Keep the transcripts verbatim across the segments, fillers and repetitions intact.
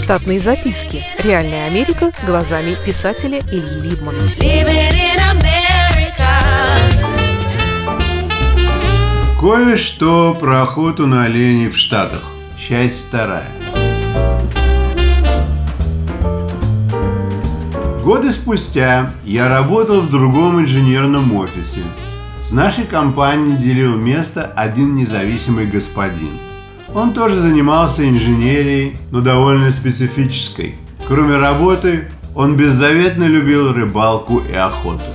Штатные записки. Реальная Америка глазами писателя Ильи Либмана. Кое-что про охоту на оленей в Штатах. Часть вторая. Годы спустя я работал в другом инженерном офисе. С нашей компанией делил место один независимый господин. Он тоже занимался инженерией, но довольно специфической. Кроме работы, он беззаветно любил рыбалку и охоту.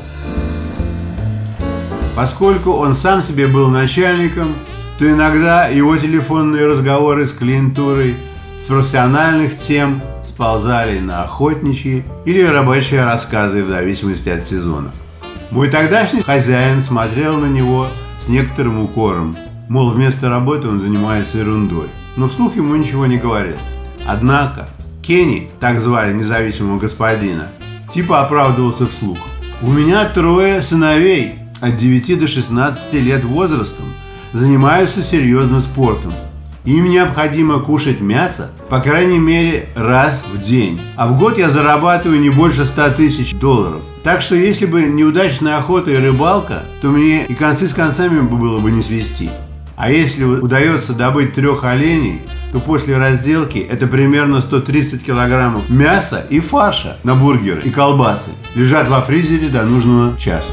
Поскольку он сам себе был начальником, то иногда его телефонные разговоры с клиентурой с профессиональных тем сползали на охотничьи или рыбачьи рассказы в зависимости от сезона. Мой тогдашний хозяин смотрел на него с некоторым укором, мол, вместо работы он занимается ерундой, но вслух ему ничего не говорил. Однако Кенни, так звали независимого господина, типа оправдывался вслух. «У меня трое сыновей от девяти до шестнадцати лет возрастом, занимаются серьезным спортом. Им необходимо кушать мясо, по крайней мере, раз в день. А в год я зарабатываю не больше ста тысяч долларов. Так что если бы неудачная охота и рыбалка, то мне и концы с концами было бы не свести. А если удается добыть трех оленей, то после разделки это примерно сто тридцать килограммов мяса и фарша на бургеры и колбасы лежат во фризере до нужного часа».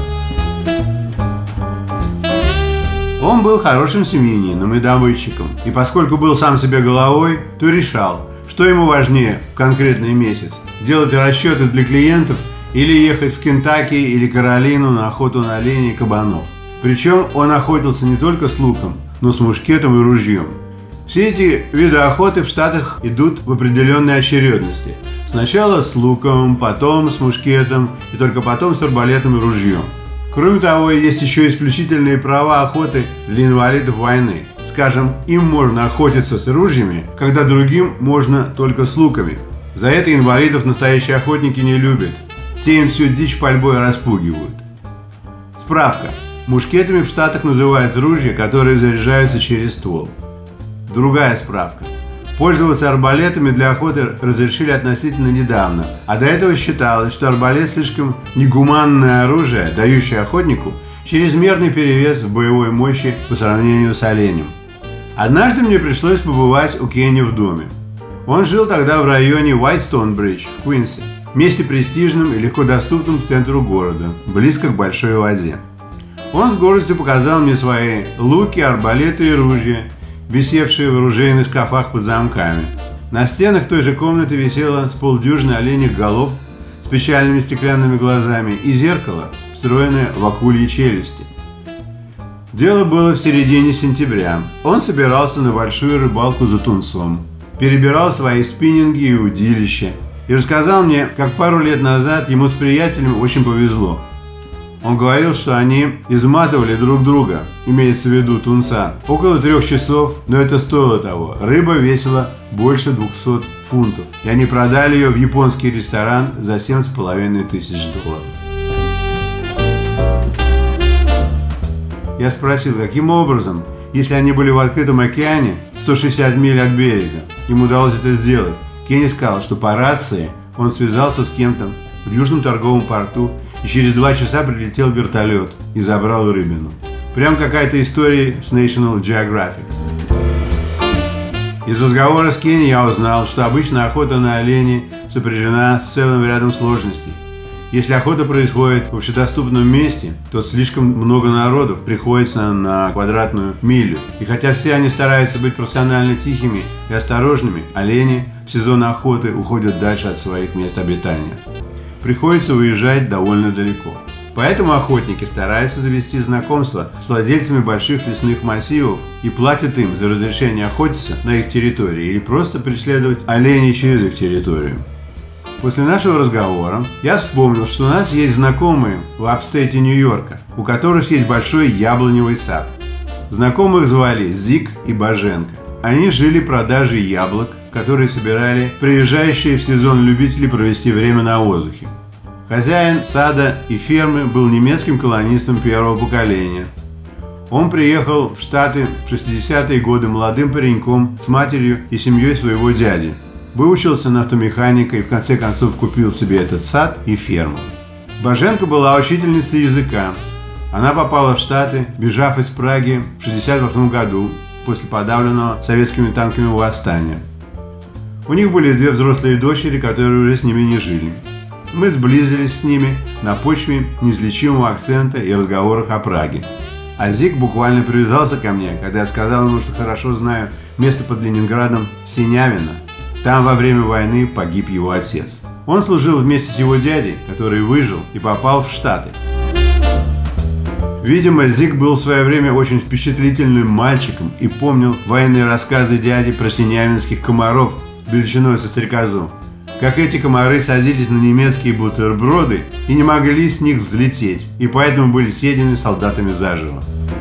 Он был хорошим семьянином и добытчиком, и поскольку был сам себе головой, то решал, что ему важнее в конкретный месяц – делать расчеты для клиентов или ехать в Кентаки или Каролину на охоту на оленей и кабанов. Причем он охотился не только с луком, но с мушкетом и ружьем. Все эти виды охоты в Штатах идут в определенной очередности. Сначала с луком, потом с мушкетом и только потом с арбалетом и ружьем. Кроме того, есть еще исключительные права охоты для инвалидов войны. Скажем, им можно охотиться с ружьями, когда другим можно только с луками. За это инвалидов настоящие охотники не любят. Те им всю дичь пальбой распугивают. Справка. Мушкетами в Штатах называют ружья, которые заряжаются через ствол. Другая справка. Пользоваться арбалетами для охоты разрешили относительно недавно, а до этого считалось, что арбалет слишком негуманное оружие, дающее охотнику чрезмерный перевес в боевой мощи по сравнению с оленем. Однажды мне пришлось побывать у Кенни в доме. Он жил тогда в районе Уайтстоун-Бридж в Куинсе, месте престижном и легко доступном к центру города, близко к большой воде. Он с гордостью показал мне свои луки, арбалеты и ружья, висевшие в оружейных шкафах под замками. На стенах той же комнаты висело с полдюжины оленьих голов с печальными стеклянными глазами и зеркало, встроенное в акульи челюсти. Дело было в середине сентября. Он собирался на большую рыбалку за тунцом, перебирал свои спиннинги и удилища и рассказал мне, как пару лет назад ему с приятелем очень повезло. Он говорил, что они изматывали друг друга, имеется в виду тунца, около трех часов, но это стоило того. Рыба весила больше двухсот фунтов, и они продали ее в японский ресторан за семь с половиной тысяч долларов. Я спросил, каким образом, если они были в открытом океане, сто шестьдесят миль от берега, им удалось это сделать. Кенни сказал, что по рации он связался с кем-то в Южном торговом порту, и через два часа прилетел вертолет и забрал рыбину. Прям какая-то история с National Geographic. Из разговора с Кенни я узнал, что обычно охота на оленей сопряжена с целым рядом сложностей. Если охота происходит в общедоступном месте, то слишком много народов приходится на квадратную милю. И хотя все они стараются быть профессионально тихими и осторожными, олени в сезон охоты уходят дальше от своих мест обитания. Приходится уезжать довольно далеко. Поэтому охотники стараются завести знакомство с владельцами больших лесных массивов и платят им за разрешение охотиться на их территории или просто преследовать оленей через их территорию. После нашего разговора я вспомнил, что у нас есть знакомые в апстейте Нью-Йорка, у которых есть большой яблоневый сад. Знакомых звали Зик и Боженко. Они жили продажей яблок, которые собирали приезжающие в сезон любители провести время на воздухе. Хозяин сада и фермы был немецким колонистом первого поколения. Он приехал в Штаты в шестидесятые годы молодым пареньком с матерью и семьей своего дяди. выучился на автомеханика и в конце концов купил себе этот сад и ферму. Боженко была учительницей языка. Она попала в Штаты, бежав из Праги в шестьдесят восьмом году после подавленного советскими танками восстания. У них были две взрослые дочери, которые уже с ними не жили. Мы сблизились с ними на почве неизлечимого акцента и разговорах о Праге. А Зиг буквально привязался ко мне, когда я сказал ему, что хорошо знаю место под Ленинградом Синявино. Там во время войны погиб его отец. Он служил вместе с его дядей, который выжил и попал в Штаты. Видимо, Зиг был в свое время очень впечатлительным мальчиком и помнил военные рассказы дяди про синявинских комаров величиной со стрекозу. Как эти комары садились на немецкие бутерброды и не могли с них взлететь, и поэтому были съедены солдатами заживо.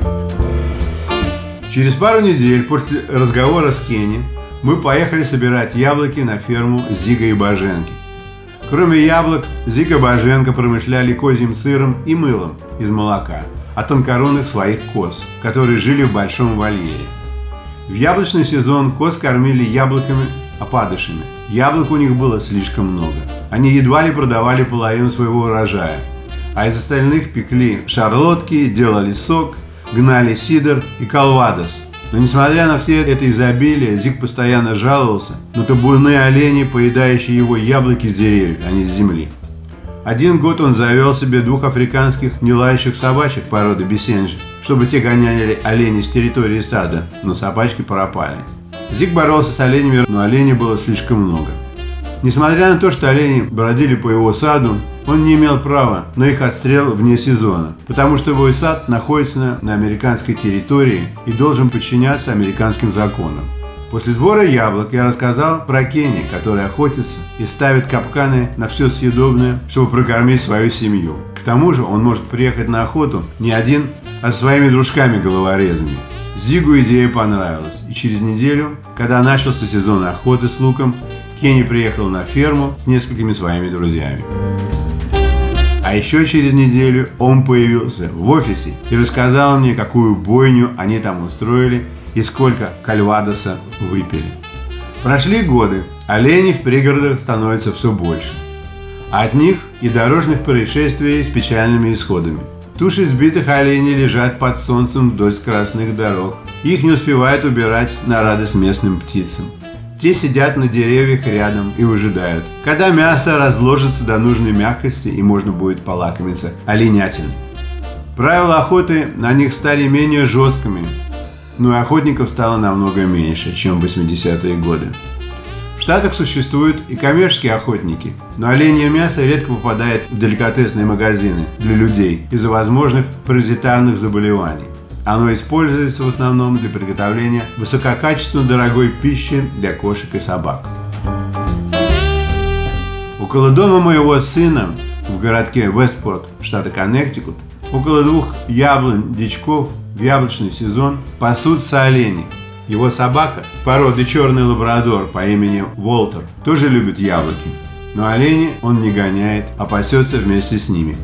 Через пару недель после разговора с Кенни мы поехали собирать яблоки на ферму Зига и Боженки. Кроме яблок, Зиг и Боженко промышляли козьим сыром и мылом из молока от тонкорунных своих коз, которые жили в большом вольере. В яблочный сезон коз кормили яблоками-опадышами. Яблок у них было слишком много. Они едва ли продавали половину своего урожая, а из остальных пекли шарлотки, делали сок, гнали сидр и калвадос. Но несмотря на все это изобилие, Зиг постоянно жаловался на табуны оленей, поедающие его яблоки с деревьев, а не с земли. Один год он завел себе двух африканских нелающих собачек породы бисенджи, чтобы те гоняли оленей с территории сада, но собачки пропали. Зиг боролся с оленями, но оленей было слишком много. Несмотря на то, что олени бродили по его саду, он не имел права на их отстрел вне сезона, потому что его сад находится на, на американской территории и должен подчиняться американским законам. После сбора яблок я рассказал про Кенни, который охотится и ставит капканы на все съедобное, чтобы прокормить свою семью. К тому же он может приехать на охоту не один, а со своими дружками-головорезами. Зигу идея понравилась, и через неделю, когда начался сезон охоты с луком, Кенни приехал на ферму с несколькими своими друзьями. А еще через неделю он появился в офисе и рассказал мне, какую бойню они там устроили и сколько кальвадоса выпили. Прошли годы, оленей в пригородах становится все больше. От них и дорожных происшествий с печальными исходами. Туши сбитых оленей лежат под солнцем вдоль скоростных дорог. Их не успевают убирать на радость местным птицам. Те сидят на деревьях рядом и выжидают, когда мясо разложится до нужной мягкости и можно будет полакомиться оленятиной. Правила охоты на них стали менее жесткими, но и охотников стало намного меньше, чем в восьмидесятые годы. В Штатах существуют и коммерческие охотники, но оленье мясо редко попадает в деликатесные магазины для людей из-за возможных паразитарных заболеваний. Оно используется в основном для приготовления высококачественной дорогой пищи для кошек и собак. Около дома моего сына в городке Вестпорт, штата Коннектикут, около двух яблонь-дичков в яблочный сезон пасутся олени. Его собака, породы черный лабрадор по имени Волтер, тоже любит яблоки, но оленей он не гоняет, а пасется вместе с ними.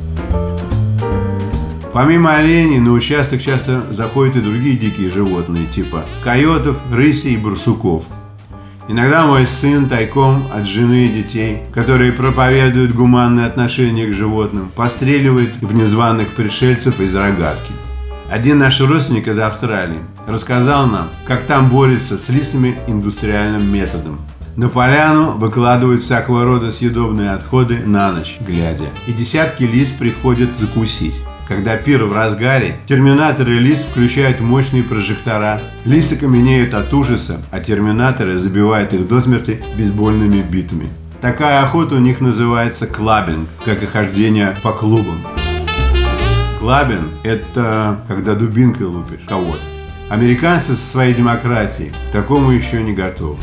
Помимо оленей на участок часто заходят и другие дикие животные, типа койотов, рысей и барсуков. Иногда мой сын тайком от жены и детей, которые проповедуют гуманное отношение к животным, постреливает в незваных пришельцев из рогатки. Один наш родственник из Австралии рассказал нам, как там борется с лисами индустриальным методом. На поляну выкладывают всякого рода съедобные отходы на ночь глядя, и десятки лис приходят закусить. Когда пир в разгаре, терминаторы лис включают мощные прожектора. Лисы каменеют от ужаса, а терминаторы забивают их до смерти бейсбольными битами. Такая охота у них называется клаббинг, как и хождение по клубам. Клаббинг – это когда дубинкой лупишь кого-то. Американцы со своей демократией к такому еще не готовы.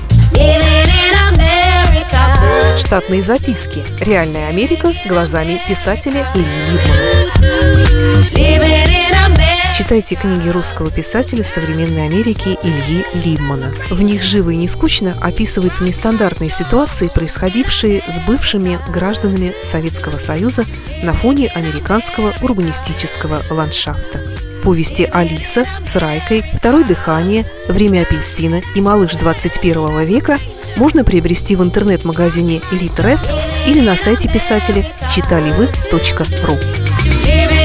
Штатные записки. Реальная Америка глазами писателя Ильи Либмана. Читайте книги русского писателя современной Америки Ильи Либмана. В них живо и не скучно описываются нестандартные ситуации, происходившие с бывшими гражданами Советского Союза на фоне американского урбанистического ландшафта. Повести «Алиса» с Райкой, «Второе дыхание», «Время апельсина» и «Малыш двадцать первого века» можно приобрести в интернет-магазине Литрес или на сайте писателя читаливы точка ру.